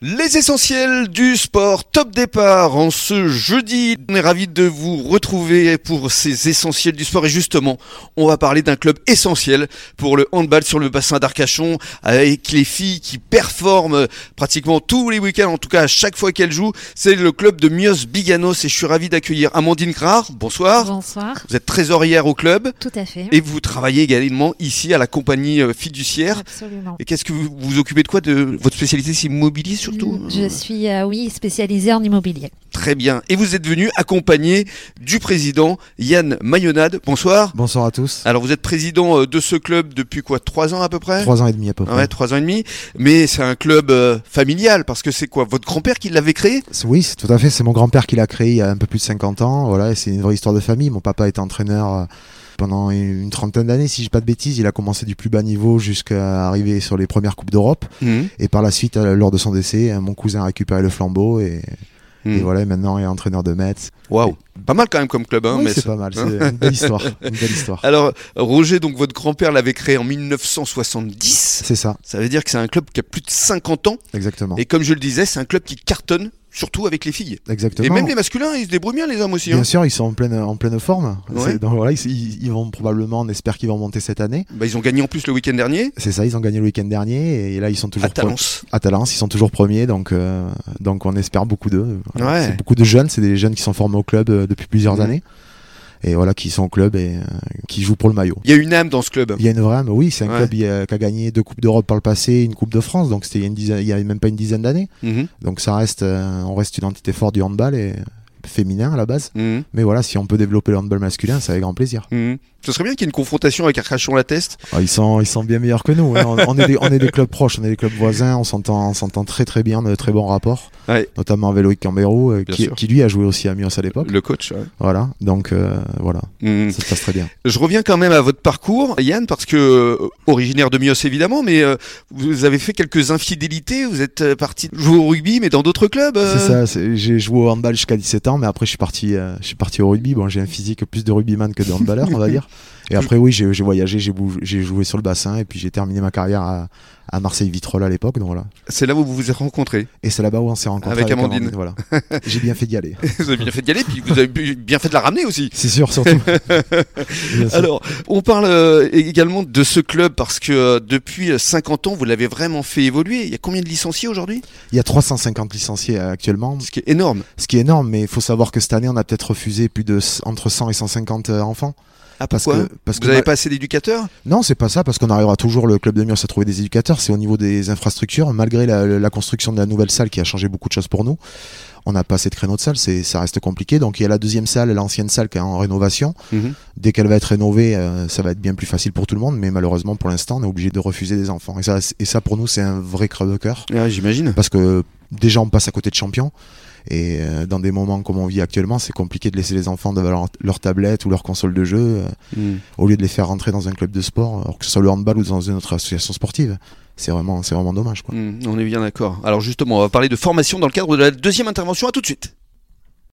Les essentiels du sport, top départ en ce jeudi. On est ravis de vous retrouver pour ces essentiels du sport et justement, on va parler d'un club essentiel pour le handball sur le bassin d'Arcachon avec les filles qui performent pratiquement tous les week-ends, en tout cas à chaque fois qu'elles jouent. C'est le club de Mios Biganos et je suis ravi d'accueillir Amandine Crard. Bonsoir. Bonsoir. Vous êtes trésorière au club. Tout à fait. Et vous travaillez également ici à la compagnie fiduciaire. Absolument. Et qu'est-ce que vous vous occupez de quoi? De votre spécialité, c'est immobilier surtout? Je suis spécialisée en immobilier. Très bien. Et vous êtes venu accompagné du président Yann Mayonade. Bonsoir. Bonsoir à tous. Alors vous êtes président de ce club depuis quoi? 3 ans à peu près? 3 ans et demi à peu près. Ouais, 3 ans et demi. Mais c'est un club familial parce que c'est quoi? Votre grand-père qui l'avait créé? Oui, tout à fait. C'est mon grand-père qui l'a créé il y a un peu plus de 50 ans. Voilà, et c'est une vraie histoire de famille. Mon papa était entraîneur pendant une trentaine d'années, si je dis pas de bêtises. Il a commencé du plus bas niveau jusqu'à arriver sur les premières Coupes d'Europe. Et par la suite, lors de son décès, mon cousin a récupéré le flambeau et voilà, maintenant il est entraîneur de Metz. Waouh, pas mal quand même comme club, hein, oui, Metz. c'est pas mal, c'est une belle histoire. Une belle histoire. Alors, Roger, donc votre grand-père l'avait créé en 1970. C'est ça. Ça veut dire que c'est un club qui a plus de 50 ans. Exactement. Et comme je le disais, c'est un club qui cartonne, surtout avec les filles. Exactement. Et même les masculins, ils se débrouillent bien, les hommes aussi. Bien sûr, ils sont en pleine forme. Ouais. Donc voilà, ils vont probablement, on espère qu'ils vont monter cette année. Bah, ils ont gagné en plus le week-end dernier. C'est ça, ils ont gagné le week-end dernier et là ils sont toujours À Talence. À Talence, ils sont toujours premiers, donc on espère beaucoup d'eux. Voilà. Ouais. C'est beaucoup de jeunes, c'est des jeunes qui sont formés au club depuis plusieurs années. Et voilà, qui sont au club et qui jouent pour le maillot. Il y a une âme dans ce club. Il y a une vraie âme, oui, c'est un club qui a gagné 2 Coupes d'Europe par le passé, une Coupe de France, donc c'était il y a même pas une dizaine d'années. Donc ça reste, on reste une entité forte du handball et féminin à la base. Mais voilà, si on peut développer le handball masculin, c'est avec grand plaisir. Ce serait bien qu'il y ait une confrontation avec Arcachon-la-Teste. Ils sont bien meilleurs que nous. Hein. On est des clubs proches, on est des clubs voisins, on s'entend très très bien, on a de très bons rapports. Ouais. Notamment avec Loïc Cambérou, qui lui a joué aussi à Mios à l'époque. Le coach, ouais. Voilà, donc voilà, ça se passe très bien. Je reviens quand même à votre parcours, Yann, parce que originaire de Mios évidemment, mais vous avez fait quelques infidélités, vous êtes parti jouer au rugby, mais dans d'autres clubs. C'est ça, j'ai joué au handball jusqu'à 17 ans, mais après je suis parti au rugby. Bon, j'ai un physique plus de rugbyman que de handballeur, on va dire. Et après, oui, j'ai voyagé, j'ai joué sur le bassin et puis j'ai terminé ma carrière à Marseille-Vitrolles à l'époque. Donc voilà. C'est là où vous vous êtes rencontrés. Et c'est là-bas où on s'est rencontrés avec Amandine. Voilà. J'ai bien fait d'y aller. Vous avez bien fait d'y aller, puis vous avez bien fait de la ramener aussi. C'est sûr, surtout. Alors, on parle également de ce club parce que depuis 50 ans, vous l'avez vraiment fait évoluer. Il y a combien de licenciés aujourd'hui? Il y a 350 licenciés actuellement. Ce qui est énorme. Ce qui est énorme, mais il faut savoir que cette année, on a peut-être refusé entre 100 et 150 enfants. Ah, pourquoi? Parce que vous n'avez pas assez d'éducateurs? Non, c'est pas ça, parce qu'on arrivera toujours, le club de Mios, à trouver des éducateurs. C'est au niveau des infrastructures, malgré la construction de la nouvelle salle qui a changé beaucoup de choses pour nous. On n'a pas assez de créneaux de salle, ça reste compliqué. Donc il y a la deuxième salle, l'ancienne salle qui est en rénovation. Dès qu'elle va être rénovée, ça va être bien plus facile pour tout le monde. Mais malheureusement, pour l'instant, on est obligé de refuser des enfants. Et ça pour nous, c'est un vrai crève-cœur. Ah, j'imagine. Parce que déjà, on passe à côté de champions. Et dans des moments comme on vit actuellement, c'est compliqué de laisser les enfants devant leur tablette ou leur console de jeu au lieu de les faire rentrer dans un club de sport, alors que ce soit le handball ou dans une autre association sportive. C'est vraiment dommage, quoi. On est bien d'accord. Alors justement, on va parler de formation dans le cadre de la deuxième intervention. À tout de suite.